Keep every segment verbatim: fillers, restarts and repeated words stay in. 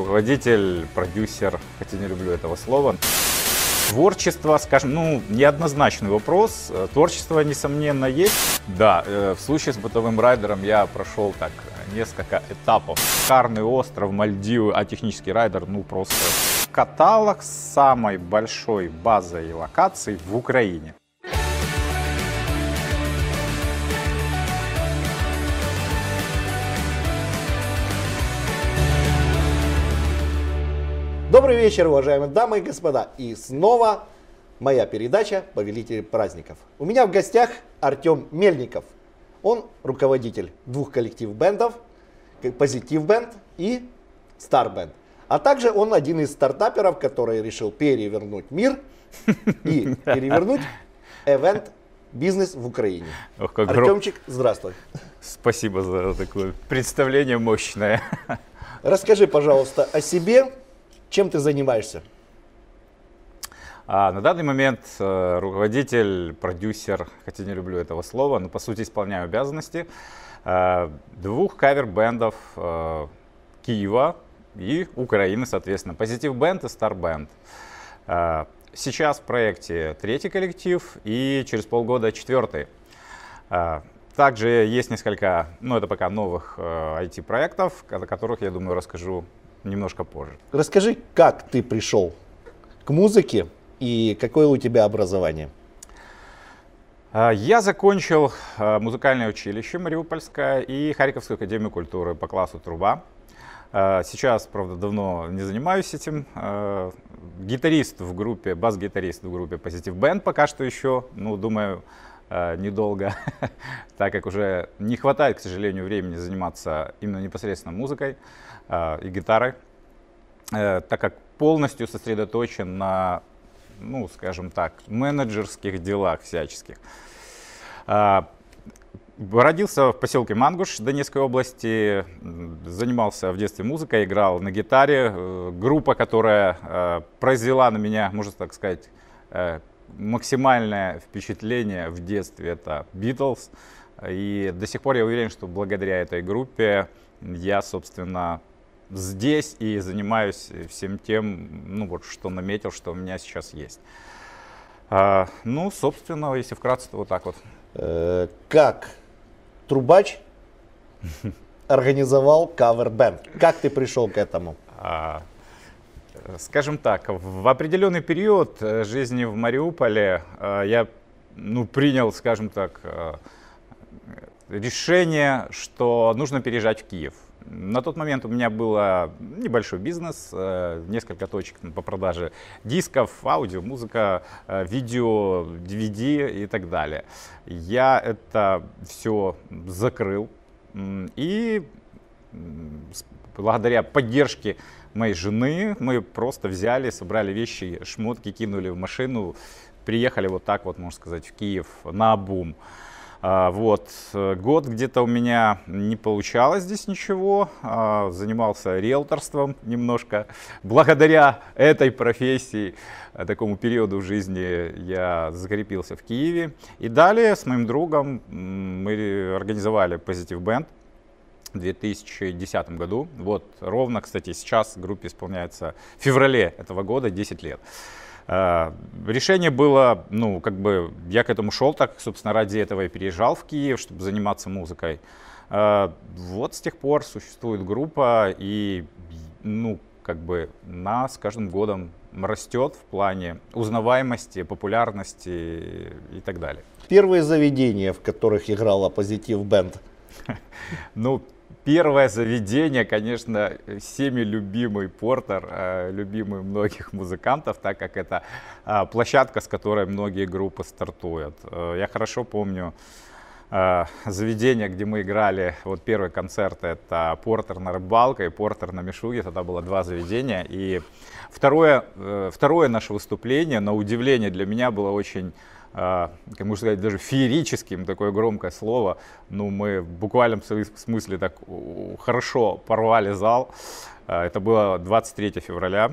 руководитель, продюсер, хотя не люблю этого слова. Творчество, скажем, ну, неоднозначный вопрос. Творчество, несомненно, есть. Да, в случае с бытовым райдером я прошел так несколько этапов. Шикарный остров, Мальдивы, а технический райдер, ну, просто каталог с самой большой базой локаций в Украине. Добрый вечер, уважаемые дамы и господа. И снова моя передача «Повелители праздников». У меня в гостях Артем Мельников. Он руководитель двух коллектив-бендов, Позитив Бенд и Стар Бенд. А также он один из стартаперов, который решил перевернуть мир и перевернуть эвент-бизнес в Украине. Ох, как Артемчик, здравствуй. Спасибо за такое представление мощное. Расскажи, пожалуйста, о себе. Чем ты занимаешься? А, на данный момент э, руководитель, продюсер, хотя не люблю этого слова, но по сути исполняю обязанности э, двух кавер-бендов э, Киева и Украины, соответственно, Позитив Бенд и Стар Бенд. Э, сейчас в проекте третий коллектив и через полгода четвертый. Э, также есть несколько, ну это пока новых э, ай ти-проектов, о которых, я думаю, расскажу немножко позже. Расскажи, как ты пришел к музыке и какое у тебя образование? Я закончил музыкальное училище Мариупольское и Харьковскую академию культуры по классу труба. Сейчас, правда, давно не занимаюсь этим. Гитарист в группе, бас-гитарист в группе Позитив Бенд пока что еще, ну, думаю, недолго, так как уже не хватает, к сожалению, времени заниматься именно непосредственно музыкой и гитарой, так как полностью сосредоточен на, ну, скажем так, менеджерских делах всяческих. Родился в поселке Мангуш Донецкой области, занимался в детстве музыкой, играл на гитаре. Группа, которая произвела на меня, можно так сказать, максимальное впечатление в детстве, это Beatles. И до сих пор я уверен, что благодаря этой группе я, собственно, здесь и занимаюсь всем тем, ну вот, что наметил, что у меня сейчас есть. А, ну, собственно, если вкратце, то вот так вот. Э, как трубач организовал кавер-бенд? Как ты пришел к этому? А, скажем так, в определенный период жизни в Мариуполе я, ну, принял, скажем так, решение, что нужно переезжать в Киев. На тот момент у меня был небольшой бизнес, несколько точек по продаже дисков, аудио, музыка, видео, ди ви ди и так далее. Я это все закрыл и благодаря поддержке моей жены мы просто взяли, собрали вещи, шмотки, кинули в машину, приехали вот так вот, можно сказать, в Киев наобум. Вот, год где-то у меня не получалось здесь ничего, занимался риэлторством немножко. Благодаря этой профессии, такому периоду в жизни я закрепился в Киеве. И далее с моим другом мы организовали Позитив Бенд в две тысячи десятом году. Вот ровно, кстати, сейчас группе исполняется в феврале этого года десять лет. Решение было, ну, как бы, я к этому шел, так, собственно, ради этого и переезжал в Киев, чтобы заниматься музыкой. Вот с тех пор существует группа, и, ну, как бы, она с каждым годом растет в плане узнаваемости, популярности и так далее. Первые заведения, в которых играла Позитив Бенд? Ну, первое заведение, конечно, всеми любимый Портер, любимый многих музыкантов, так как это площадка, с которой многие группы стартуют. Я хорошо помню заведение, где мы играли, вот первый концерт, это Портер на рыбалке и Портер на Мишуге, тогда было два заведения. И второе, второе наше выступление, на удивление для меня, было очень, как можно сказать, даже феерическим, такое громкое слово. Ну, мы в буквальном смысле так хорошо порвали зал. Это было двадцать третьего февраля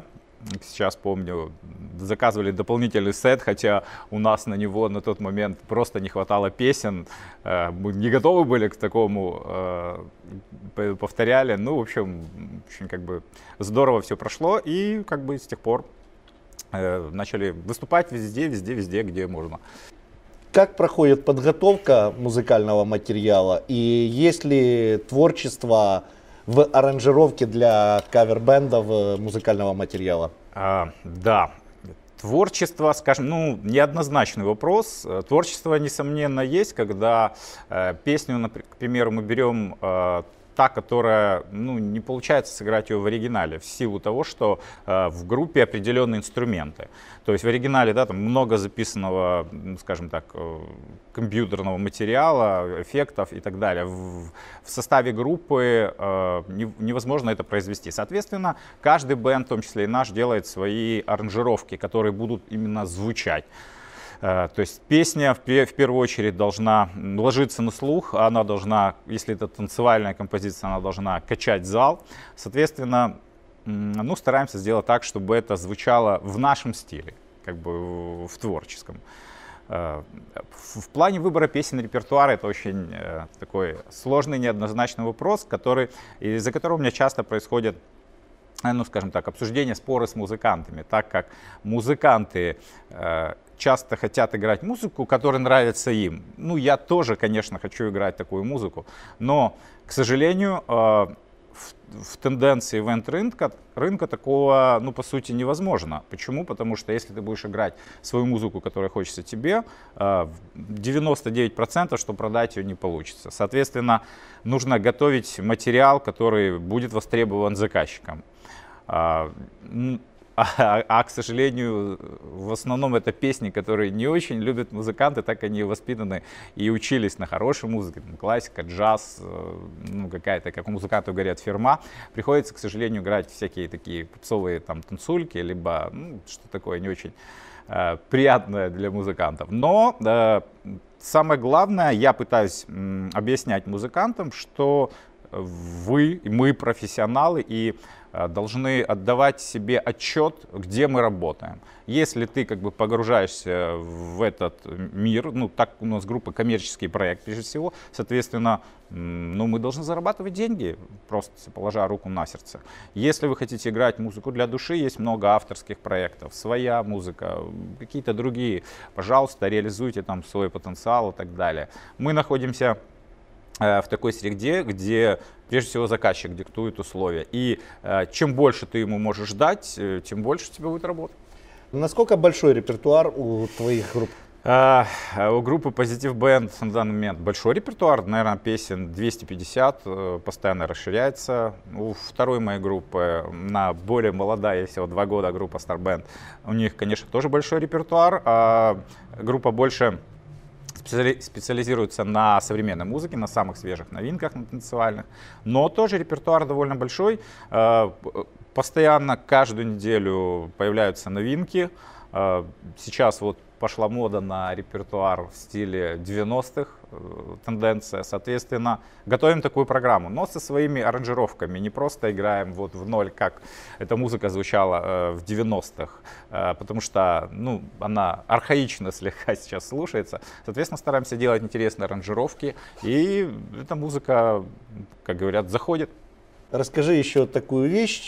сейчас помню, заказывали дополнительный сет, хотя у нас на него на тот момент просто не хватало песен. Мы не готовы были к такому, повторяли. Ну, в общем, очень как бы здорово все прошло, и как бы с тех пор начали выступать везде, везде, везде, где можно. Как проходит подготовка музыкального материала, и есть ли творчество в аранжировке для кавер-бендов музыкального материала? А, да, творчество, скажем, ну, неоднозначный вопрос. Творчество, несомненно, есть, когда э, песню, например, к примеру, мы берем э, та, которая, ну, не получается сыграть ее в оригинале в силу того, что э, в группе определенные инструменты. То есть в оригинале, да, там много записанного, скажем так, э, компьютерного материала, эффектов и так далее. В, в составе группы э, не, невозможно это произвести. Соответственно, каждый бенд, в том числе и наш, делает свои аранжировки, которые будут именно звучать. То есть песня в первую очередь должна ложиться на слух, она должна, если это танцевальная композиция, она должна качать зал. Соответственно, ну, стараемся сделать так, чтобы это звучало в нашем стиле, как бы в творческом. В плане выбора песен репертуара это очень такой сложный, неоднозначный вопрос, который, из-за которого у меня часто происходит, ну, скажем так, обсуждение, споры с музыкантами, так как музыканты часто хотят играть музыку, которая нравится им. Ну, я тоже, конечно, хочу играть такую музыку, но, к сожалению, в, в тенденции ивент-рынка рынка такого, ну, по сути, невозможно. Почему? Потому что если ты будешь играть свою музыку, которая хочется тебе, девяносто девять процентов, что продать ее не получится. Соответственно, нужно готовить материал, который будет востребован заказчиком. А, а, к сожалению, в основном это песни, которые не очень любят музыканты, так они воспитаны и учились на хорошей музыке, там, классика, джаз, ну, какая-то, как у музыкантов говорят, фирма. Приходится, к сожалению, играть всякие такие попсовые там танцульки, либо ну, что такое не очень э, приятное для музыкантов. Но э, самое главное, я пытаюсь м, объяснять музыкантам, что вы, мы профессионалы и должны отдавать себе отчет, где мы работаем. Если ты как бы погружаешься в этот мир, ну так у нас группа коммерческий проект прежде всего, соответственно, ну мы должны зарабатывать деньги, просто положа руку на сердце. Если вы хотите играть музыку для души, есть много авторских проектов, своя музыка, какие-то другие, пожалуйста, реализуйте там свой потенциал и так далее. Мы находимся в такой среде, где прежде всего заказчик диктует условия. И э, чем больше ты ему можешь дать, э, тем больше у тебя будет работать. Насколько большой репертуар у твоих групп? А, у группы Positive Band на данный момент большой репертуар, наверное, песен двести пятьдесят, э, постоянно расширяется. У второй моей группы, на более молодая, есть всего два года, группа Star Band, у них, конечно, тоже большой репертуар, а группа больше специализируется на современной музыке, на самых свежих новинках, на танцевальных, но тоже репертуар довольно большой. Постоянно каждую неделю появляются новинки. Сейчас вот пошла мода на репертуар в стиле девяностых, тенденция, соответственно, готовим такую программу, но со своими аранжировками, не просто играем вот в ноль, как эта музыка звучала в девяностых, потому что, ну, она архаично слегка сейчас слушается, соответственно, стараемся делать интересные аранжировки, и эта музыка, как говорят, заходит. Расскажи еще такую вещь,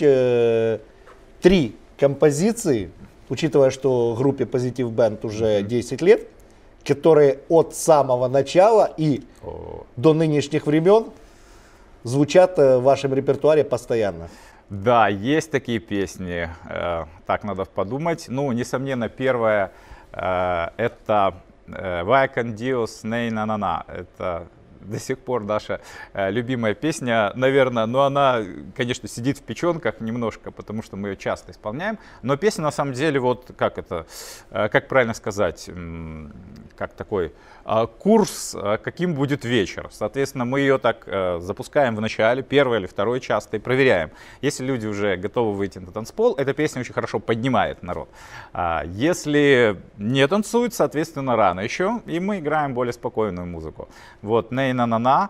три композиции, учитывая, что группе Positive Band уже десять лет, которые от самого начала и О. до нынешних времен звучат в вашем репертуаре постоянно. Да, есть такие песни, э, так надо подумать. Ну, несомненно, первая э, это э, Vai con Dios nei na na na. Это до сих пор наша э, любимая песня, наверное, но она, конечно, сидит в печенках немножко, потому что мы ее часто исполняем. Но песня на самом деле, вот как это, э, как правильно сказать, э, как такой э, курс, э, каким будет вечер. Соответственно, мы ее так э, запускаем в начале, первый или второй часто, и проверяем. Если люди уже готовы выйти на танцпол, эта песня очень хорошо поднимает народ. А если не танцуют, соответственно, рано еще, и мы играем более спокойную музыку. Вот, Nei na na na.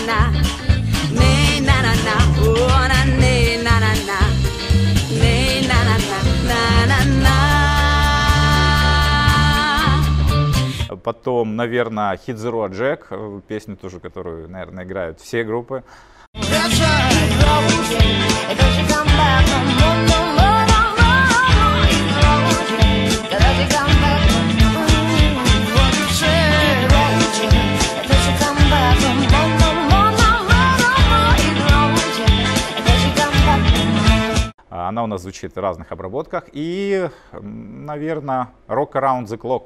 na, ne na na na, oh na ne na na na, ne na na na, na na. Потом, наверное, Hit the Road Jack, песню тоже, которую, наверное, играют все группы. Она у нас звучит в разных обработках. И, наверное, Rock Around the Clock.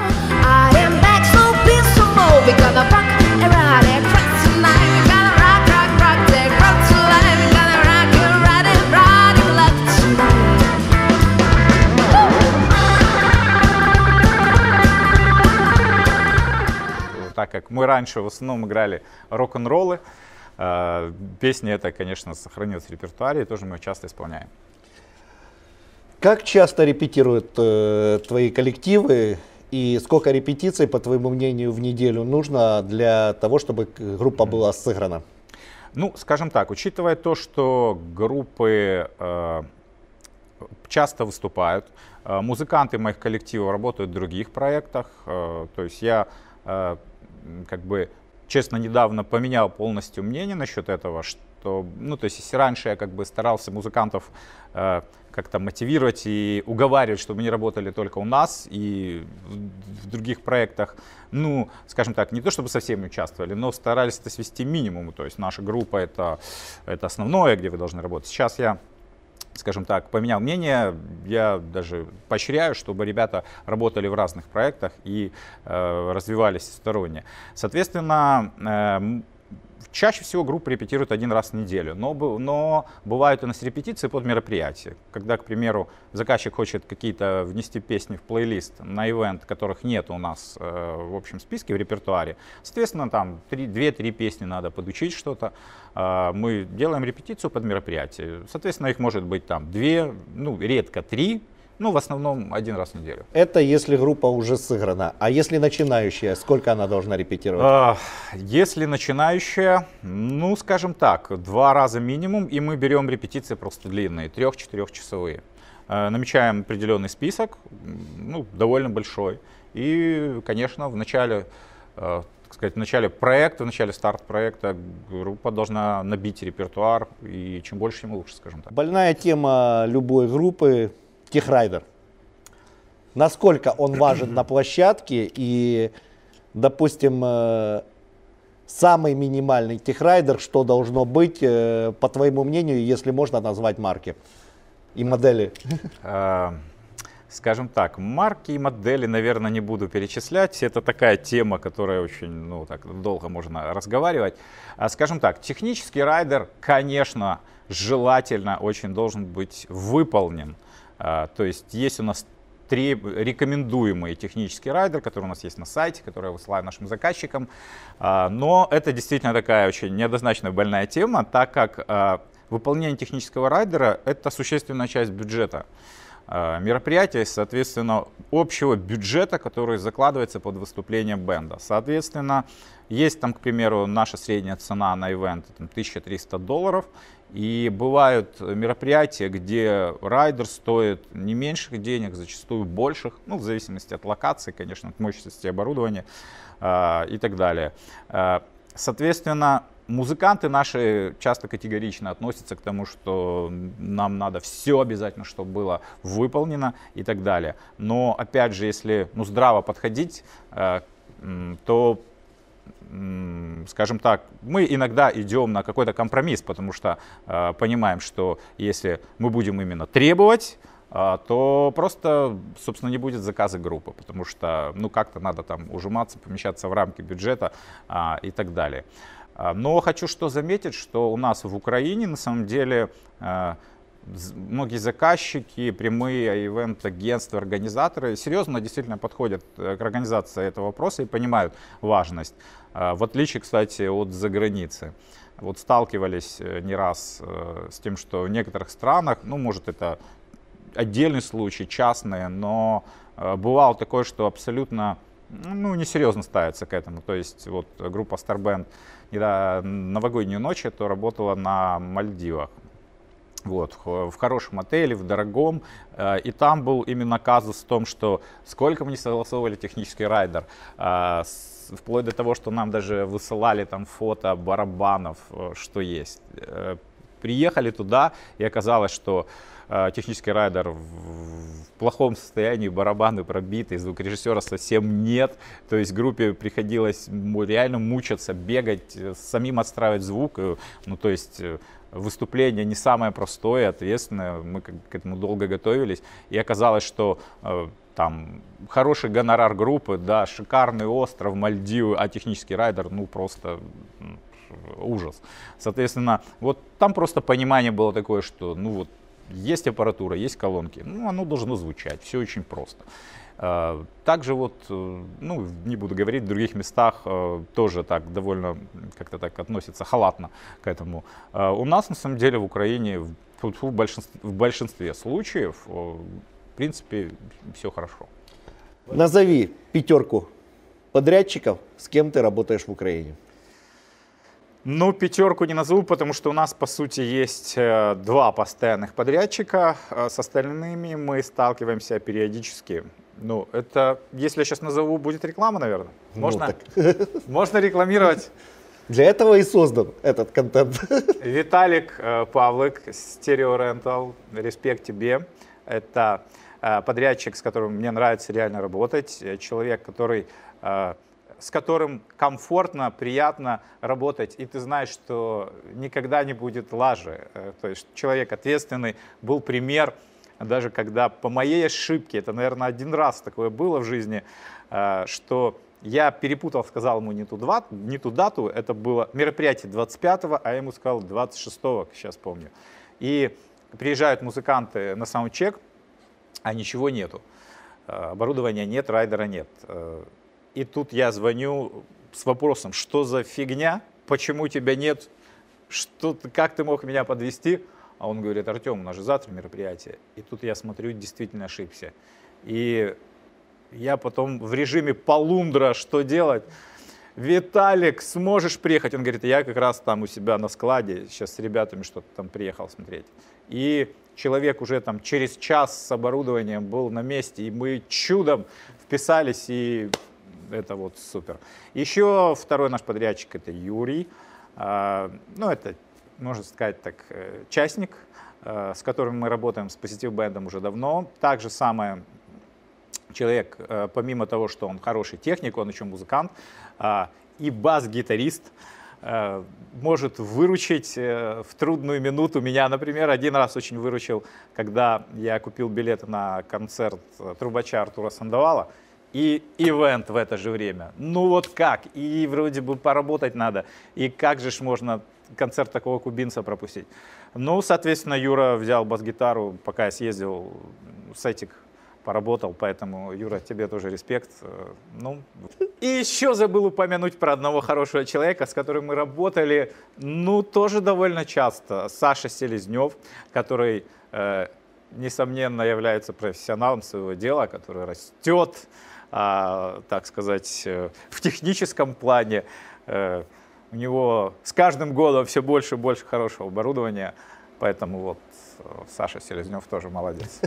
Так как мы раньше в основном играли рок-н-роллы, песни это, конечно, сохранилось в репертуаре, и тоже мы часто исполняем. Как часто репетируют э, твои коллективы и сколько репетиций, по твоему мнению, в неделю нужно для того, чтобы группа была сыграна? Ну, скажем так, учитывая то, что группы э, часто выступают, э, музыканты моих коллективов работают в других проектах, э, то есть я э, как бы честно недавно поменял полностью мнение насчет этого, что, ну, то есть если раньше я как бы старался музыкантов э, как-то мотивировать и уговаривать, чтобы они работали только у нас и в, в других проектах, ну, скажем так, не то чтобы со всеми участвовали, но старались это свести к минимуму, то есть наша группа это, это основное, где вы должны работать. Сейчас я, скажем так, поменял мнение, я даже поощряю, чтобы ребята работали в разных проектах и э, развивались всесторонне. Соответственно, э, чаще всего группы репетируют один раз в неделю, но, но бывают у нас репетиции под мероприятие, когда, к примеру, заказчик хочет какие-то внести песни в плейлист на ивент, которых нет у нас э, в общем списке, в репертуаре. Соответственно, там две-три песни надо подучить что-то. Э, мы делаем репетицию под мероприятие. Соответственно, их может быть там две, ну, редко три. Ну, в основном один раз в неделю. Это если группа уже сыграна. А если начинающая, сколько она должна репетировать? Если начинающая, ну, скажем так, два раза минимум, и мы берем репетиции просто длинные, трех-четырехчасовые. Намечаем определенный список, ну, довольно большой. И, конечно, в начале, так сказать, в начале проекта, в начале старта проекта группа должна набить репертуар, и чем больше, тем лучше, скажем так. Больная тема любой группы — техрайдер. Насколько он важен на площадке и, допустим, э, самый минимальный техрайдер, что должно быть, э, по твоему мнению, если можно назвать марки и модели? Скажем так, марки и модели, наверное, не буду перечислять. Это такая тема, которая очень, ну, так долго можно разговаривать. Скажем так, технический райдер, конечно, желательно очень должен быть выполнен. То есть есть у нас три рекомендуемые технические райдеры, которые у нас есть на сайте, которые я высылаю нашим заказчикам. Но это действительно такая очень неоднозначная больная тема, так как выполнение технического райдера — это существенная часть бюджета мероприятия, соответственно, общего бюджета, который закладывается под выступление бенда. Соответственно, есть там, к примеру, наша средняя цена на ивент тысяча триста долларов. И бывают мероприятия, где райдер стоит не меньших денег, зачастую больших, ну, в зависимости от локации, конечно, от мощности оборудования э, и так далее. Э, соответственно, музыканты наши часто категорично относятся к тому, что нам надо все обязательно, чтобы было выполнено и так далее. Но, опять же, если, ну, здраво подходить, э, то, скажем так, мы иногда идем на какой-то компромисс, потому что э, понимаем, что если мы будем именно требовать, э, то просто, собственно, не будет заказа группы, потому что, ну, как-то надо там ужиматься, помещаться в рамки бюджета э, и так далее. Но хочу что заметить, что у нас в Украине на самом деле э, многие заказчики, прямые ивент-агентства, организаторы серьезно действительно подходят к организации этого вопроса и понимают важность. В отличие, кстати, от заграницы. Вот сталкивались не раз с тем, что в некоторых странах, ну, может, это отдельный случай, частные, но бывало такое, что абсолютно ну, несерьезно ставятся к этому. То есть вот группа Starband когда новогоднюю ночь это работала на Мальдивах. Вот, в хорошем отеле, в дорогом. И там был именно казус в том, что сколько мы не согласовывали технический райдер, вплоть до того, что нам даже высылали там фото барабанов, что есть. Приехали туда, и оказалось, что технический райдер в плохом состоянии, барабаны пробиты, звукорежиссера совсем нет. То есть группе приходилось реально мучаться, бегать, самим отстраивать звук. Ну, то есть выступление не самое простое, ответственное. Мы к этому долго готовились. И оказалось, что там хороший гонорар группы, да, шикарный остров, Мальдивы, а технический райдер, ну, просто ужас. Соответственно, вот там просто понимание было такое, что, ну, вот, есть аппаратура, есть колонки, ну, оно должно звучать, все очень просто. Также вот, ну, не буду говорить, в других местах тоже так довольно как-то так относятся халатно к этому. У нас, на самом деле, в Украине в большинстве, в большинстве случаев, в принципе, все хорошо. Назови пятерку подрядчиков, с кем ты работаешь в Украине. Ну, пятерку не назову, потому что у нас, по сути, есть э, два постоянных подрядчика. Э, с остальными мы сталкиваемся периодически. Ну, это, если я сейчас назову, будет реклама, наверное. Можно, ну, можно рекламировать. Для этого и создан этот контент. Виталик э, Павлык, Stereo Rental, респект тебе. Это э, подрядчик, с которым мне нравится реально работать. Человек, который... Э, с которым комфортно, приятно работать, и ты знаешь, что никогда не будет лажи. То есть человек ответственный, был пример, даже когда по моей ошибке, это, наверное, один раз такое было в жизни, что я перепутал, сказал ему не ту, не ту дату, это было мероприятие двадцать пятого, а я ему сказал двадцать шестого, сейчас помню. И приезжают музыканты на саундчек, а ничего нету. Оборудования нет, райдера нет. И тут я звоню с вопросом, что за фигня, почему тебя нет, что, как ты мог меня подвести? А он говорит: Артем, у нас же завтра мероприятие. И тут я смотрю, действительно ошибся. И я потом в режиме полундра, что делать? Виталик, сможешь приехать? Он говорит: я как раз там у себя на складе, сейчас с ребятами что-то там приехал смотреть. И человек уже там через час с оборудованием был на месте, и мы чудом вписались, и... это вот супер. Еще второй наш подрядчик — это Юрий. Ну, это, можно сказать так, частник, с которым мы работаем с Positive Band уже давно. Также самое, человек, помимо того, что он хороший техник, он еще музыкант и бас-гитарист, может выручить в трудную минуту. Меня, например, один раз очень выручил, когда я купил билеты на концерт трубача Артура Сандовала и ивент в это же время. Ну вот как? И вроде бы поработать надо. И как же ж можно концерт такого кубинца пропустить? Ну, соответственно, Юра взял бас-гитару, пока я съездил, сетик поработал, поэтому, Юра, тебе тоже респект. Ну. И еще забыл упомянуть про одного хорошего человека, с которым мы работали, ну, тоже довольно часто. Саша Селезнев, который, э, несомненно, является профессионалом своего дела, который растет, а, так сказать, в техническом плане. Э, у него с каждым годом все больше и больше хорошего оборудования, поэтому вот Саша Селезнев тоже молодец.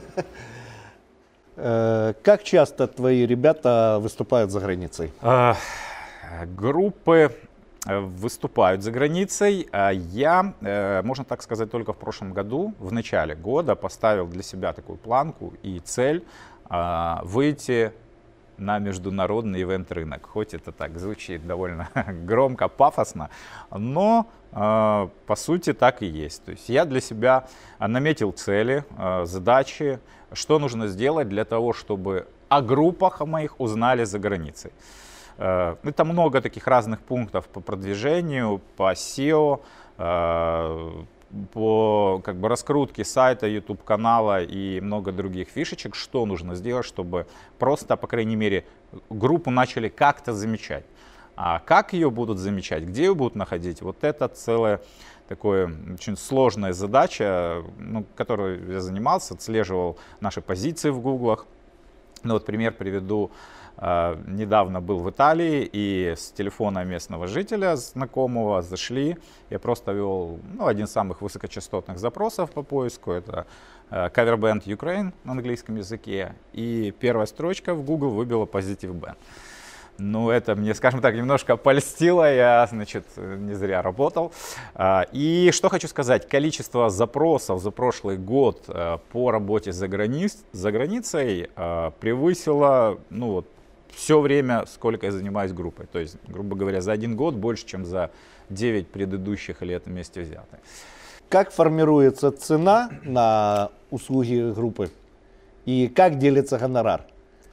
Как часто твои ребята выступают за границей? Э, группы выступают за границей. Я, э, можно так сказать, только в прошлом году, в начале года, поставил для себя такую планку и цель э, выйти на международный ивент-рынок. Хоть это так звучит довольно громко, пафосно, но э, по сути так и есть. То есть я для себя наметил цели, э, задачи, что нужно сделать для того, чтобы о группах моих узнали за границей. Э, это много таких разных пунктов по продвижению, по сео, э, по как бы раскрутке сайта, YouTube канала и много других фишечек, что нужно сделать, чтобы просто, по крайней мере, группу начали как-то замечать. А как ее будут замечать, где ее будут находить, вот это целая такая очень сложная задача, ну, которой я занимался, отслеживал наши позиции в гуглах. Ну вот пример приведу. Недавно был в Италии, и с телефона местного жителя, знакомого, зашли. Я просто ввел ну, один из самых высокочастотных запросов по поиску. Это Cover Band Ukraine на английском языке. И первая строчка в Google выбила Positive Band. Ну, это мне, скажем так, немножко польстило, я, значит, не зря работал. И что хочу сказать, количество запросов за прошлый год по работе за, границ, за границей превысило, ну, вот, все время, сколько я занимаюсь группой. То есть, грубо говоря, за один год больше, чем за девять предыдущих лет вместе взятых. Как формируется цена на услуги группы и как делится гонорар?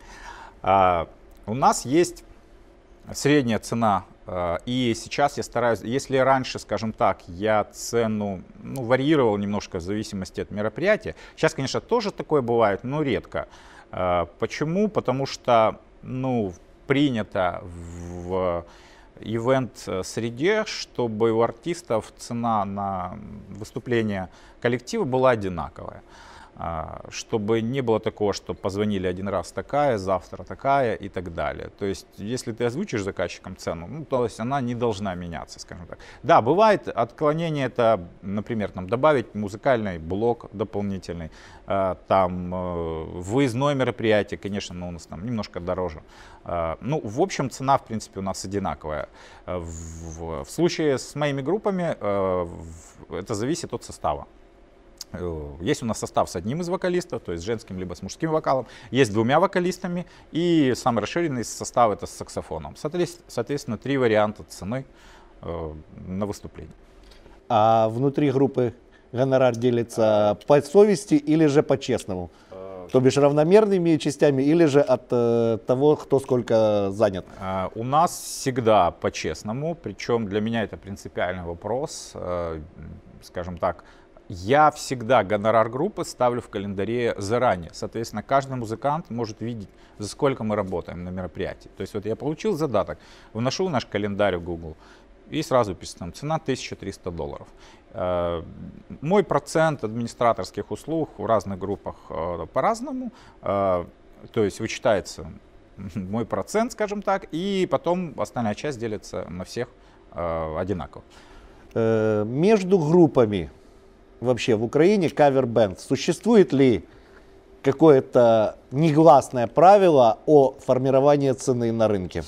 А, у нас есть средняя цена, и сейчас я стараюсь, если раньше, скажем так, я цену ну, варьировал немножко в зависимости от мероприятия, сейчас, конечно, тоже такое бывает, но редко. Почему? Потому что ну, принято в ивент-среде, чтобы у артистов цена на выступление коллектива была одинаковая. Чтобы не было такого, что позвонили один раз такая, завтра такая и так далее. То есть, если ты озвучишь заказчикам цену, ну, то есть она не должна меняться, скажем так. Да, бывает отклонение, это, например, там, добавить музыкальный блок дополнительный, там, выездное мероприятие, конечно, но у нас там немножко дороже. Ну, в общем, цена, в принципе, у нас одинаковая. В, в случае с моими группами это зависит от состава. Есть у нас состав с одним из вокалистов, то есть с женским либо с мужским вокалом. Есть с двумя вокалистами. И самый расширенный состав это с саксофоном. Соответственно, три варианта цены э, на выступление. А внутри группы гонорар делится по совести или же по-честному? То бишь равномерными частями или же от э, того, кто сколько занят? Uh, у нас всегда по-честному. Причем для меня это принципиальный вопрос. Uh, скажем так. Я всегда гонорар группы ставлю в календаре заранее. Соответственно, каждый музыкант может видеть, за сколько мы работаем на мероприятии. То есть вот я получил задаток, вношу в наш календарь в Google и сразу пишу, там, цена тысяча триста долларов. Мой процент администраторских услуг в разных группах по-разному. То есть вычитается мой процент, скажем так, и потом остальная часть делится на всех одинаково. Между группами вообще в Украине кавер-бэнд, существует ли какое-то негласное правило о формировании цены на рынке?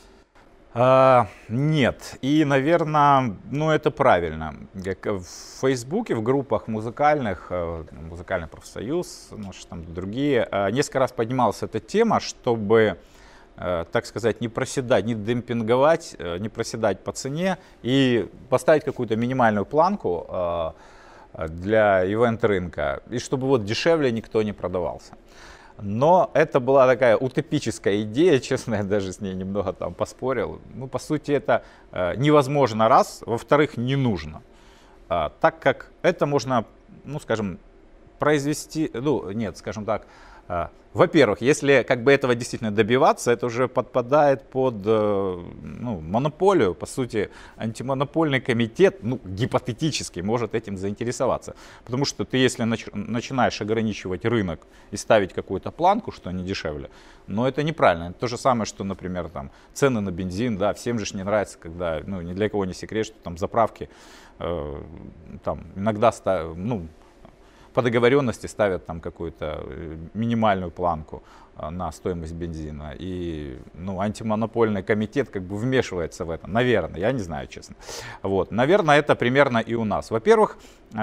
А, нет. И, наверное, ну это правильно. В Фейсбуке, в группах музыкальных, музыкальный профсоюз, наши там другие, несколько раз поднималась эта тема, чтобы, так сказать, не проседать, не демпинговать, не проседать по цене и поставить какую-то минимальную планку для ивент-рынка, и чтобы вот дешевле никто не продавался. Но это была такая утопическая идея, честно, я даже с ней немного там поспорил. Ну, по сути, это э, невозможно, раз, во-вторых, не нужно. А, так как это можно, ну, скажем, произвести, ну, нет, скажем так, э, во-первых, если как бы этого действительно добиваться, это уже подпадает под э, ну, монополию. По сути, антимонопольный комитет, ну, гипотетически может этим заинтересоваться. Потому что ты, если нач- начинаешь ограничивать рынок и ставить какую-то планку, что они дешевле, но это неправильно. Это то же самое, что, например, там, цены на бензин, да, всем же не нравится, когда, ну, ни для кого не секрет, что там заправки э, там, иногда ставят, ну, по договоренности ставят там какую-то минимальную планку на стоимость бензина. И ну, антимонопольный комитет как бы вмешивается в это. Наверное, я не знаю, честно. Вот. Наверное, это примерно и у нас. Во-первых,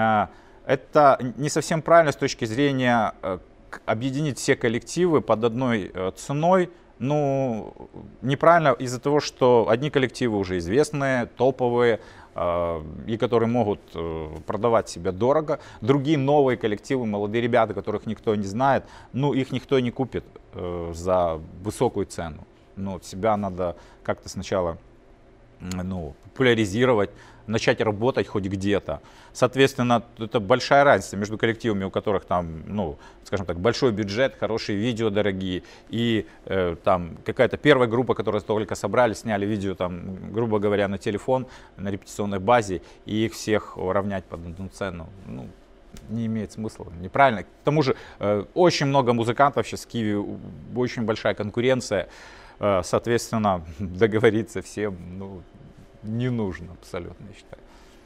это не совсем правильно с точки зрения объединить все коллективы под одной ценой. Ну, неправильно из-за того, что одни коллективы уже известные, топовые, и которые могут продавать себя дорого. Другие новые коллективы, молодые ребята, которых никто не знает, ну, их никто не купит за высокую цену. Но себя надо как-то сначала ну, популяризировать, начать работать хоть где-то. Соответственно, это большая разница между коллективами, у которых там, ну, скажем так, большой бюджет, хорошие видео дорогие, и э, там какая-то первая группа, которая только собрали, сняли видео, там, грубо говоря, на телефон, на репетиционной базе, и их всех равнять под одну цену. Ну, не имеет смысла, неправильно. К тому же э, очень много музыкантов сейчас в Киеве, очень большая конкуренция, э, соответственно, договориться всем ну, не нужно абсолютно, я считаю.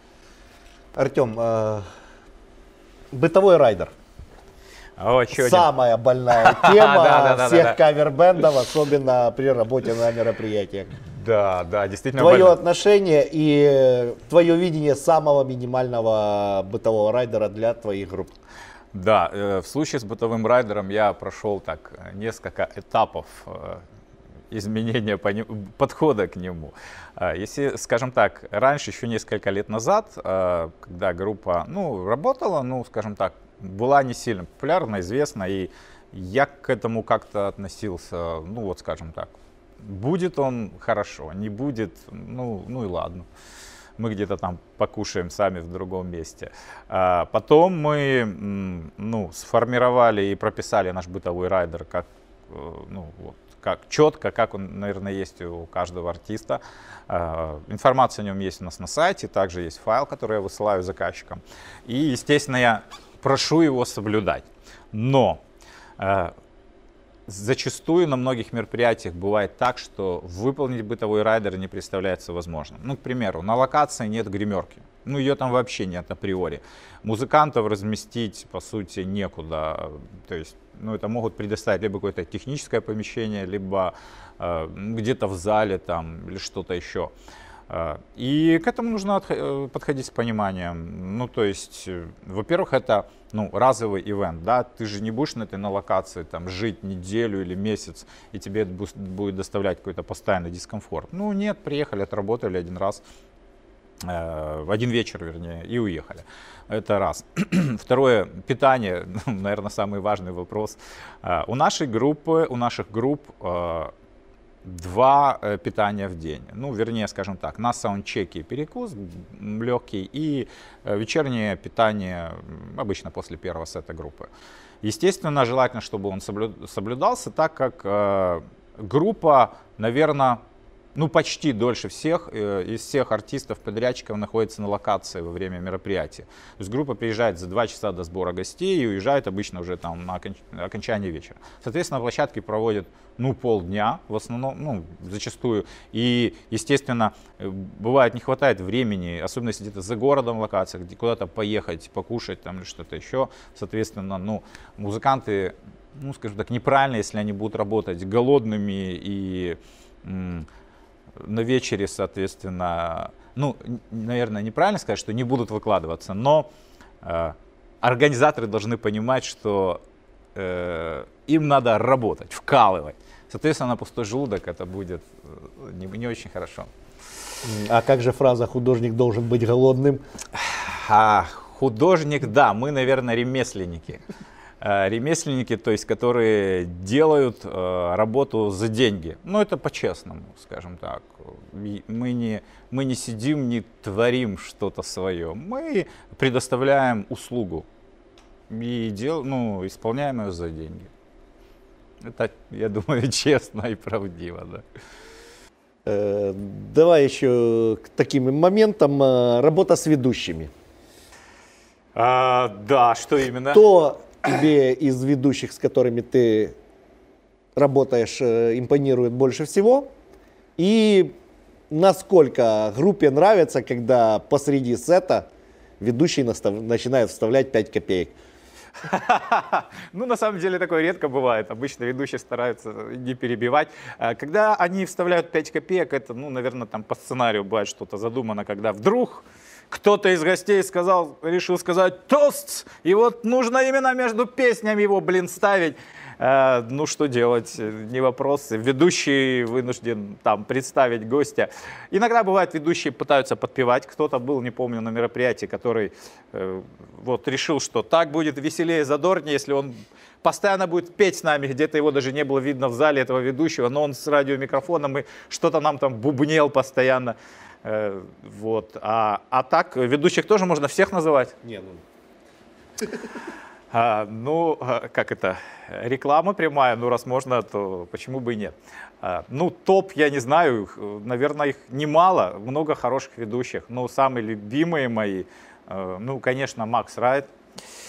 Артем, э, бытовой райдер. О, еще один. Самая больная тема Да, да, да, всех да. кавер-бендов, особенно при работе на мероприятиях. Да, да, действительно Твое больно. отношение и твое видение самого минимального бытового райдера для твоих групп. Да, э, в случае с бытовым райдером я прошел так э, несколько этапов э, изменения пони- подхода к нему. Э, Если, скажем так, раньше, еще несколько лет назад, э, когда группа, ну, работала, ну, скажем так, была не сильно популярна, известна, и я к этому как-то относился, ну, вот, скажем так, будет он хорошо, не будет, ну, ну и ладно. Мы где-то там покушаем сами в другом месте. А потом мы м, ну, сформировали и прописали наш бытовой райдер как, э, ну, вот, как четко, как он, наверное, есть у каждого артиста. А, информация о нем есть у нас на сайте, также есть файл, который я высылаю заказчикам. И, естественно, я прошу его соблюдать. Но э, зачастую на многих мероприятиях бывает так, что выполнить бытовой райдер не представляется возможным. Ну, к примеру, на локации нет гримерки. Ну, ее там вообще нет априори. Музыкантов разместить, по сути, некуда. То есть, ну, это могут предоставить либо какое-то техническое помещение, либо э, где-то в зале там, или что-то еще. И к этому нужно подходить с пониманием. Ну, то есть, во-первых, это ну, разовый ивент, да, ты же не будешь на этой на локации там, жить неделю или месяц, и тебе это будет доставлять какой-то постоянный дискомфорт. Ну, нет, приехали, отработали один раз, э, в один вечер, вернее, и уехали. Это раз. Второе, питание, наверное, самый важный вопрос. Э, у нашей группы, у наших групп э, два э, питания в день. Ну, вернее, скажем так, на саундчеке перекус легкий и э, вечернее питание обычно после первого сета группы. Естественно, желательно, чтобы он соблю, соблюдался, так как э, группа, наверное, ну, почти дольше всех э, из всех артистов-подрядчиков находится на локации во время мероприятия. То есть группа приезжает за два часа до сбора гостей и уезжает обычно уже там на оконч... окончании вечера. Соответственно, на площадке проводят ну, полдня в основном, ну, зачастую. И, естественно, бывает не хватает времени, особенно если где-то за городом локация, где куда-то поехать, покушать там или что-то еще. Соответственно, ну, музыканты, ну, скажем так, неправильно, если они будут работать голодными и м- на вечере, соответственно, ну, наверное, неправильно сказать, что не будут выкладываться, но э, организаторы должны понимать, что э, им надо работать, вкалывать. Соответственно, на пустой желудок это будет не, не очень хорошо. А как же фраза «художник должен быть голодным»? А, художник, да, мы, наверное, ремесленники. Ремесленники, то есть, которые делают э, работу за деньги. Ну, это по-честному, скажем так. Мы не, мы не сидим, не творим что-то свое. Мы предоставляем услугу и дел, ну, исполняем ее за деньги. Это, я думаю, честно и правдиво, да. Э, давай еще к таким моментам. Э, работа с ведущими. А, да, что именно? Кто тебе из ведущих, с которыми ты работаешь, импонирует больше всего? И насколько группе нравится, когда посреди сета ведущий настав... начинает вставлять пять копеек? Ну, на самом деле, такое редко бывает. Обычно ведущие стараются не перебивать. Когда они вставляют пять копеек, это, ну, наверное, там по сценарию бывает что-то задумано, когда вдруг кто-то из гостей сказал, решил сказать тост, и вот нужно именно между песнями его, блин, ставить. Э, ну, что делать, не вопрос. Ведущий вынужден там представить гостя. Иногда бывает, ведущие пытаются подпевать. Кто-то был, не помню, на мероприятии, который э, вот решил, что так будет веселее, задорнее, если он постоянно будет петь с нами. Где-то его даже не было видно в зале, этого ведущего, но он с радиомикрофоном и что-то нам там бубнел постоянно. Вот. А, а так, ведущих тоже можно всех называть? Не, ну... А, ну, как это, реклама прямая, ну, раз можно, то почему бы и нет. А, ну, топ, я не знаю, наверное, их немало, много хороших ведущих, но самые любимые мои, ну, конечно, Макс Райт.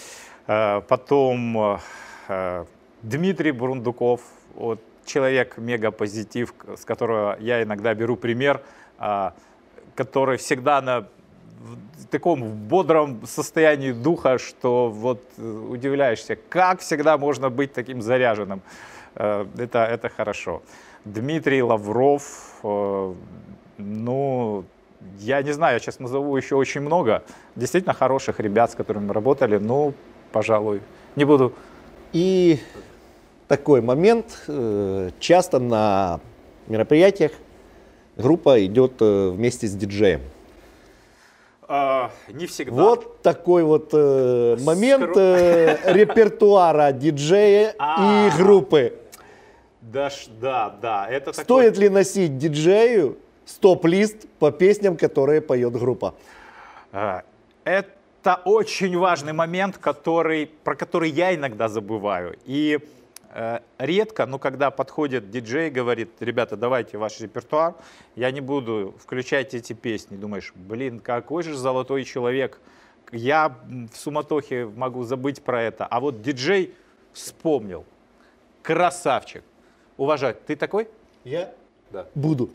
Э, Потом э, Дмитрий Бурундуков, вот, человек мега-позитив, с которого я иногда беру пример, э, который всегда на в таком бодром состоянии духа, что вот удивляешься, как всегда можно быть таким заряженным. Э, Это, это хорошо. Дмитрий Лавров, э, ну, я не знаю, я сейчас назову еще очень много действительно хороших ребят, с которыми мы работали, ну, пожалуй, не буду. И такой момент. э, Часто на мероприятиях группа идет э, вместе с диджеем. Э, не всегда. Вот такой вот э, момент Скро- э, репертуара диджея А. и группы. Да, ж- да, да, это такой- Стоит ли носить диджею стоп-лист по песням, которые поет группа? А, Это очень важный момент, который, про который я иногда забываю. И э, редко, но когда подходит диджей и говорит: ребята, давайте ваш репертуар, я не буду, включайте эти песни. Думаешь, блин, какой же золотой человек. Я в суматохе могу забыть про это. А вот диджей вспомнил. Красавчик. Уважать. Ты такой? Я Да. буду.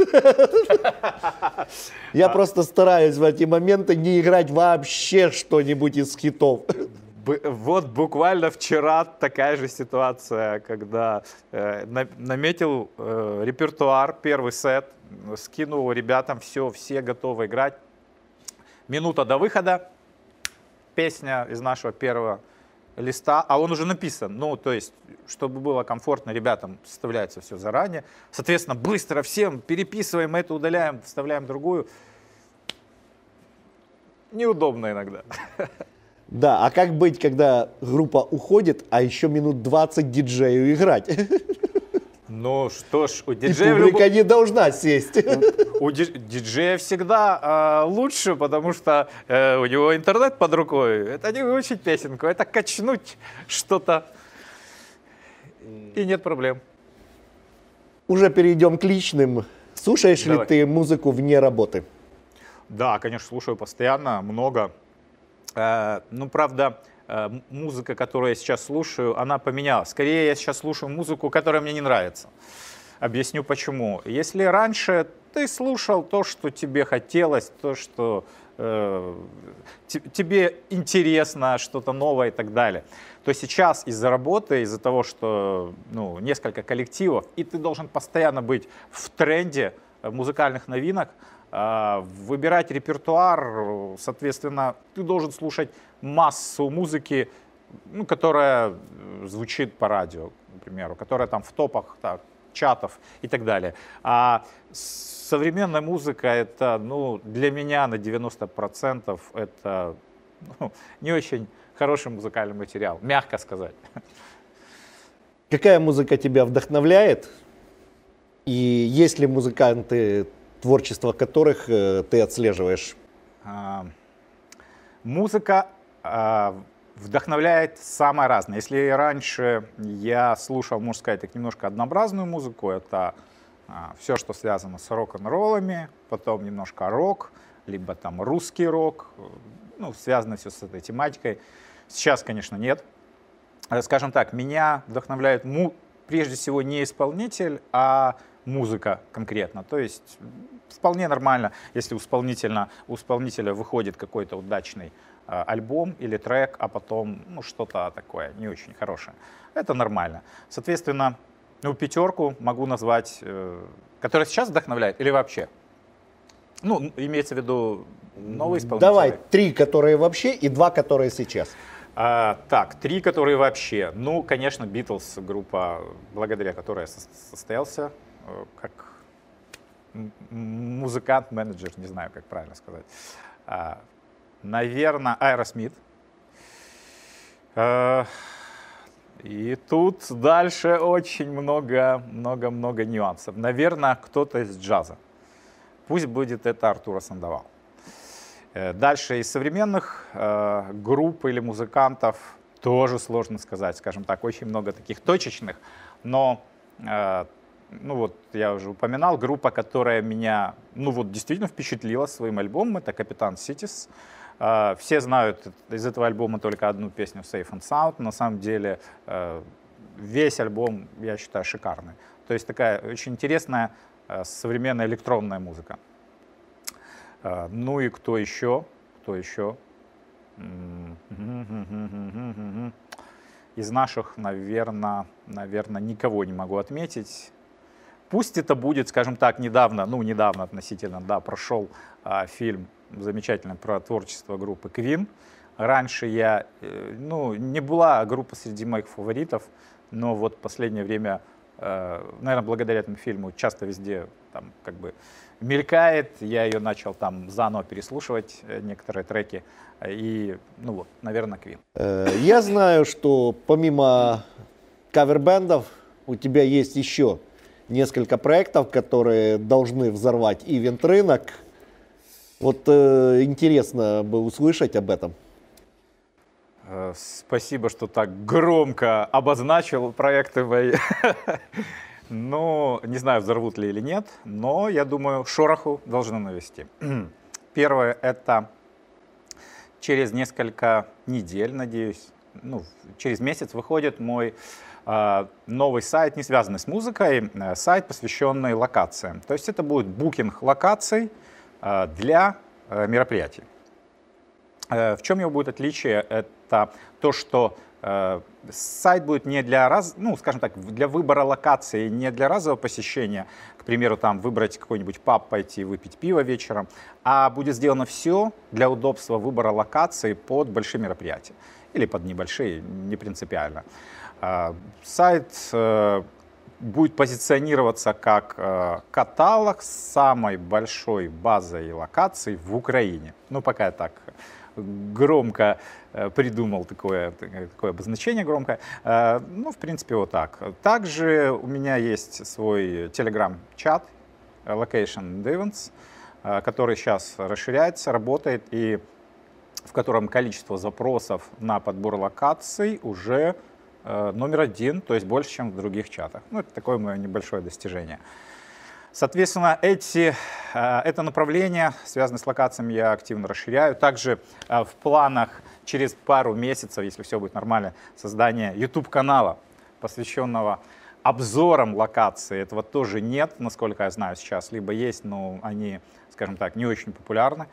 Я просто стараюсь в эти моменты не играть вообще что-нибудь из хитов. Б- Вот буквально вчера такая же ситуация, когда э, на- наметил э, репертуар, первый сет, э, скинул ребятам, все, все готовы играть. Минута до выхода, песня из нашего первого листа, а он уже написан. Ну, то есть, чтобы было комфортно ребятам, составляется все заранее. Соответственно, быстро всем переписываем это, удаляем, вставляем другую. Неудобно иногда. Да, а как быть, когда группа уходит, а еще минут двадцать диджею играть? Ну что ж, у И диджея в публика любом- не должна сесть. У ди- диджея всегда э, лучше, потому что э, у него интернет под рукой. Это не выучить песенку, это качнуть что-то. И нет проблем. Уже перейдем к личным. Слушаешь Давай. ли ты музыку вне работы? Да, конечно, слушаю постоянно, много. Э, ну, правда, э, м- музыка, которую я сейчас слушаю, она поменялась. Скорее, я сейчас слушаю музыку, которая мне не нравится. Объясню почему. Если раньше ты слушал то, что тебе хотелось, то, что э, те- тебе интересно, что-то новое и так далее, то сейчас из-за работы, из-за того, что ну, несколько коллективов, и ты должен постоянно быть в тренде э, музыкальных новинок, э, выбирать репертуар, э, соответственно, ты должен слушать массу музыки, ну, которая э, звучит по радио, к примеру, которая там в топах так, чатов и так далее. А современная музыка — это, ну, для меня на девяносто процентов это ну, не очень хороший музыкальный материал, мягко сказать. Какая музыка тебя вдохновляет? И есть ли музыканты, творчество которых э, ты отслеживаешь? А, Музыка а, вдохновляет самое разное. Если раньше я слушал, можно сказать, так немножко однообразную музыку, это а, все, что связано с рок-н-роллами, потом немножко рок, либо там русский рок, ну, связано все с этой тематикой. Сейчас, конечно, нет. Э, Скажем так, меня вдохновляет му- прежде всего не исполнитель, а музыка конкретно. То есть м, вполне нормально, если у исполнителя, у исполнителя выходит какой-то удачный э, альбом или трек, а потом ну, что-то такое не очень хорошее. Это нормально. Соответственно, ну, пятерку могу назвать, э, которая сейчас вдохновляет или вообще? Ну, н- имеется в виду новые исполнители. Давай, три, которые вообще, и два, которые сейчас. А, так, три, которые вообще. Ну, конечно, Битлз, группа, благодаря которой я сос- состоялся э, как м- м- музыкант, менеджер, не знаю, как правильно сказать. А, наверное, Аэросмит. А, и тут дальше очень много, много, много нюансов. Наверное, кто-то из джаза. Пусть будет это Артур Сандовал. Э, Дальше из современных э, групп или музыкантов тоже сложно сказать, скажем так, очень много таких точечных, но э, ну вот я уже упоминал, группа, которая меня ну вот действительно впечатлила своим альбомом, это Капитан Ситис. Э, все знают из этого альбома только одну песню Safe and Sound. На самом деле э, весь альбом, я считаю, шикарный. То есть такая очень интересная э, современная электронная музыка. Э, ну и кто еще? Кто еще? Из наших, наверное, наверное, никого не могу отметить. Пусть это будет, скажем так, недавно, ну, недавно относительно, да, прошел а, фильм замечательный про творчество группы Queen. Раньше я, э, ну, не была группа среди моих фаворитов, но вот в последнее время, э, наверное, благодаря этому фильму часто везде там как бы мелькает. Я ее начал там заново переслушивать, э, некоторые треки. И, ну вот, наверное, Queen. Э, Я знаю, что помимо кавер-бендов у тебя есть еще несколько проектов, которые должны взорвать ивент-рынок. Вот э, интересно бы услышать об этом. Э, Спасибо, что так громко обозначил проекты мои. Ну, не знаю, взорвут ли или нет, но я думаю, шороху должны навести. Первое — это через несколько недель, надеюсь, ну, через месяц выходит мой э, новый сайт, не связанный с музыкой, э, сайт, посвященный локациям. То есть это будет букинг локаций э, для э, мероприятий. Э, в чем его будет отличие? Это то, что э, сайт будет не для раз, ну, скажем так, для выбора локации, не для разового посещения, к примеру, там выбрать какой-нибудь паб, пойти выпить пиво вечером, а будет сделано все для удобства выбора локации под большие мероприятия или под небольшие, не принципиально. Э, сайт э, будет позиционироваться как э, каталог с самой большой базой локаций в Украине. Ну, пока я так громко э, придумал такое, такое обозначение громкое. Э, ну, в принципе, вот так. Также у меня есть свой телеграм-чат Location and Events, э, который сейчас расширяется, работает, и в котором количество запросов на подбор локаций уже э, номер один, то есть больше, чем в других чатах. Ну, это такое мое небольшое достижение. Соответственно, эти, это направление, связанное с локациями, я активно расширяю. Также в планах через пару месяцев, если все будет нормально, создание YouTube-канала, посвященного обзорам локаций. Этого тоже нет, насколько я знаю сейчас. Либо есть, но они, скажем так, не очень популярны.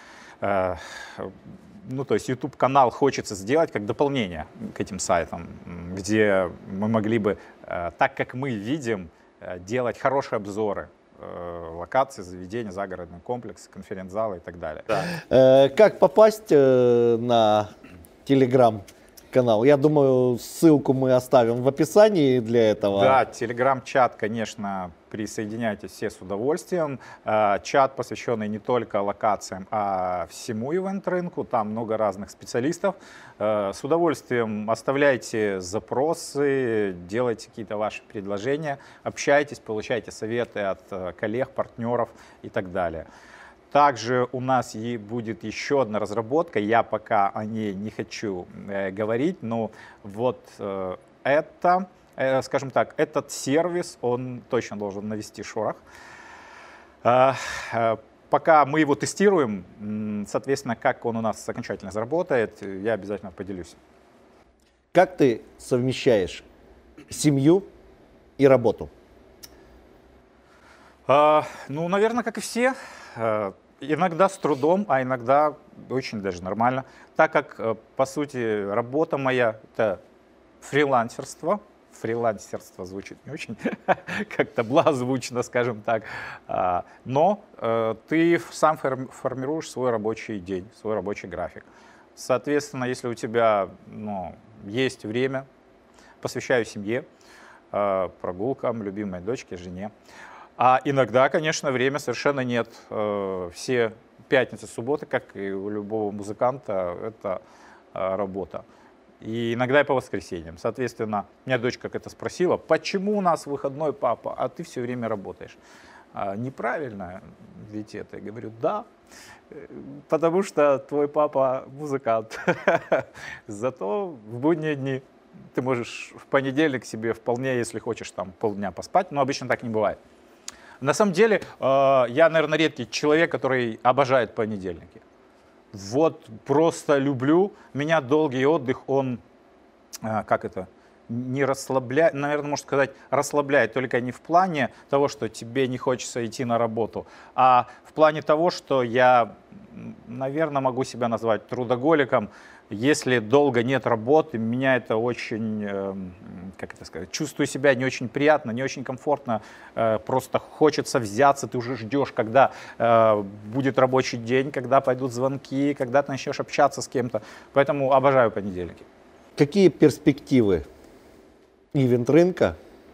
Ну, то есть YouTube-канал хочется сделать как дополнение к этим сайтам, где мы могли бы, так как мы видим, делать хорошие обзоры э, локаций, заведений, загородный комплекс, конференц-залы и так далее. Да. Э, как попасть э, на телеграм-канал? Я думаю, ссылку мы оставим в описании для этого. Да, телеграм-чат, конечно, присоединяйтесь все с удовольствием. Э, чат, посвященный не только локациям, а всему ивент-рынку. Там много разных специалистов. Э, с удовольствием оставляйте запросы, делайте какие-то ваши предложения, общайтесь, получайте советы от э, коллег, партнеров и так далее. Также у нас и будет еще одна разработка, я пока о ней не хочу э, говорить, но вот э, это, э, скажем так, этот сервис, он точно должен навести шорох. Э, э, пока мы его тестируем, соответственно, как он у нас окончательно заработает, я обязательно поделюсь. Как ты совмещаешь семью и работу? Э, ну, наверное, как и все. Иногда с трудом, а иногда очень даже нормально, так как, по сути, работа моя — это фрилансерство. Фрилансерство звучит не очень как-то благозвучно, скажем так, но ты сам формируешь свой рабочий день, свой рабочий график. Соответственно, если у тебя, ну, есть время, посвящаю семье, прогулкам, любимой дочке, жене. А иногда, конечно, время совершенно нет. Все пятницы, субботы, как и у любого музыканта, это работа. И иногда и по воскресеньям. Соответственно, меня дочка как это спросила: почему у нас выходной, папа, а ты все время работаешь? А неправильно ведь это? Я говорю: да, потому что твой папа музыкант. Зато в будние дни ты можешь в понедельник себе вполне, если хочешь, там полдня поспать, но обычно так не бывает. На самом деле, я, наверное, редкий человек, который обожает понедельники. вот просто люблю. Меня долгий отдых, он, а, как это, не расслабляет, наверное, можно сказать, расслабляет, только не в плане того, что тебе не хочется идти на работу, а в плане того, что я, наверное, могу себя назвать трудоголиком. Если долго нет работы, меня это очень, э, как это сказать, чувствую себя не очень приятно, не очень комфортно, э, просто хочется взяться, ты уже ждешь, когда э, будет рабочий день, когда пойдут звонки, когда ты начнешь общаться с кем-то, поэтому обожаю понедельники. Какие перспективы ивент-рынка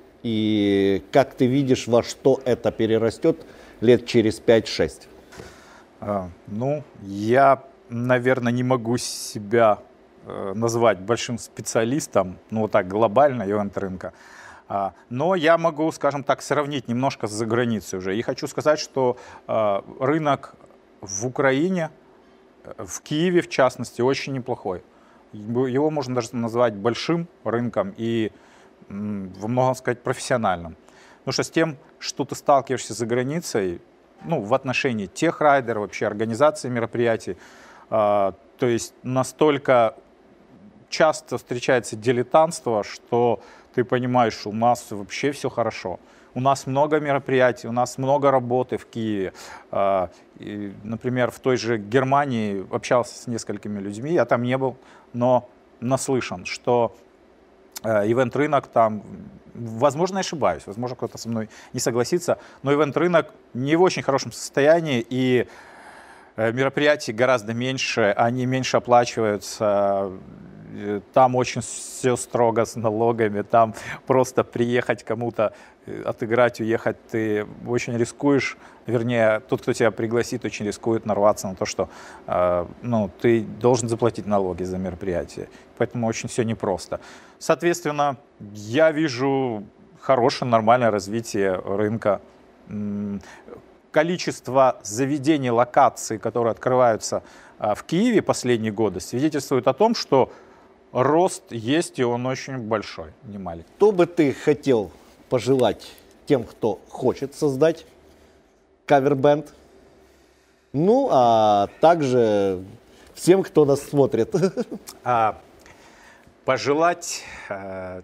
и как ты видишь, во что это перерастет лет через пять-шесть? Э, ну, я... наверное, не могу себя э, назвать большим специалистом, ну вот так глобально ивент-рынка. А, но я могу, скажем так, сравнить немножко с заграницей уже. И хочу сказать, что э, рынок в Украине, в Киеве в частности, очень неплохой. Его можно даже назвать большим рынком и, м, во многом сказать, профессиональным. Потому что с тем, что ты сталкиваешься за границей, ну, в отношении тех райдеров, вообще организации мероприятий, Uh, то есть настолько часто встречается дилетантство, что ты понимаешь, у нас вообще все хорошо. У нас много мероприятий, у нас много работы в Киеве. Uh, и, например, в той же Германии общался с несколькими людьми, я там не был, но наслышан, что uh, ивент-рынок там, возможно, я ошибаюсь, возможно, кто-то со мной не согласится, но ивент-рынок не в очень хорошем состоянии, и мероприятий гораздо меньше, они меньше оплачиваются, там очень все строго с налогами, там просто приехать кому-то, отыграть, уехать, ты очень рискуешь, вернее, тот, кто тебя пригласит, очень рискует нарваться на то, что ну, ты должен заплатить налоги за мероприятие, поэтому очень все непросто. Соответственно, я вижу хорошее, нормальное развитие рынка. Количество заведений, локаций, которые открываются а, в Киеве последние годы, свидетельствует о том, что рост есть, и он очень большой, не маленький. Что бы ты хотел пожелать тем, кто хочет создать кавер-бэнд? Ну, а также всем, кто нас смотрит. А, пожелать а,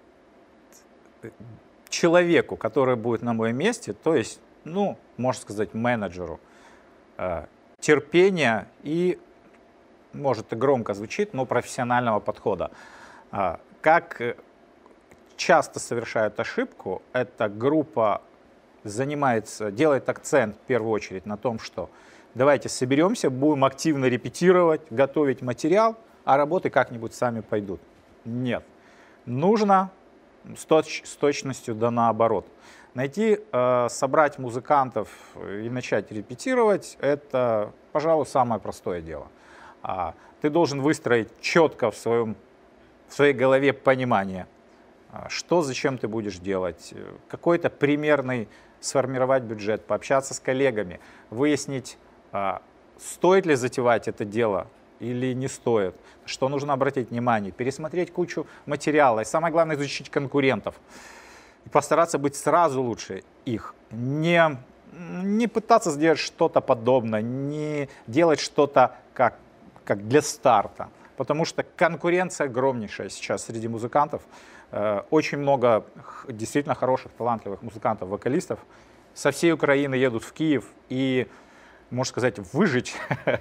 человеку, который будет на моем месте, то есть, ну, можно сказать, менеджеру, э, терпения и, может, и громко звучит, но профессионального подхода. Э, как часто совершают ошибку, эта группа занимается, делает акцент в первую очередь на том, что давайте соберемся, будем активно репетировать, готовить материал, а работы как-нибудь сами пойдут. Нет. Нужно с, точ, с точностью да наоборот. Найти, э, собрать музыкантов и начать репетировать – это, пожалуй, самое простое дело. А, ты должен выстроить четко в, своем, в своей голове понимание, что, зачем ты будешь делать, какой-то примерный сформировать бюджет, пообщаться с коллегами, выяснить, а, стоит ли затевать это дело или не стоит, что нужно обратить внимание, пересмотреть кучу материала и, самое главное, изучить конкурентов. И постараться быть сразу лучше их. Не, не пытаться сделать что-то подобное, не делать что-то как, как для старта. Потому что конкуренция огромнейшая сейчас среди музыкантов. Э, очень много действительно хороших, талантливых музыкантов, вокалистов. Со всей Украины едут в Киев. И, можно сказать, выжить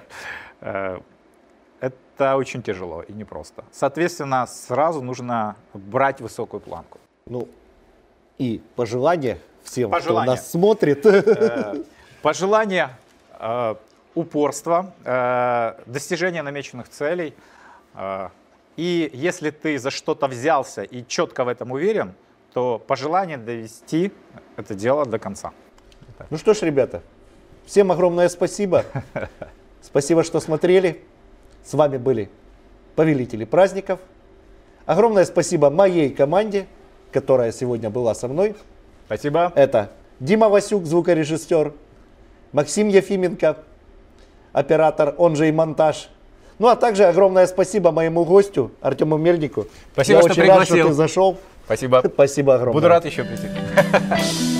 это очень тяжело и непросто. Соответственно, сразу нужно брать высокую планку. Ну, и пожелания всем, пожелания. кто нас смотрит. Пожелания, э, упорства, э, достижения намеченных целей. Э, и если ты за что-то взялся и четко в этом уверен, то пожелание довести это дело до конца. Ну что ж, ребята, всем огромное спасибо. Спасибо, что смотрели. С вами были повелители праздников. Огромное спасибо моей команде, которая сегодня была со мной. Спасибо. Это Дима Васюк, звукорежиссер, Максим Ефименко, оператор, он же и монтаж. Ну а также огромное спасибо моему гостю Артему Мельнику. Спасибо, Я что очень пригласил. рад, что ты зашел. Спасибо. Спасибо огромное. Буду рад еще прийти.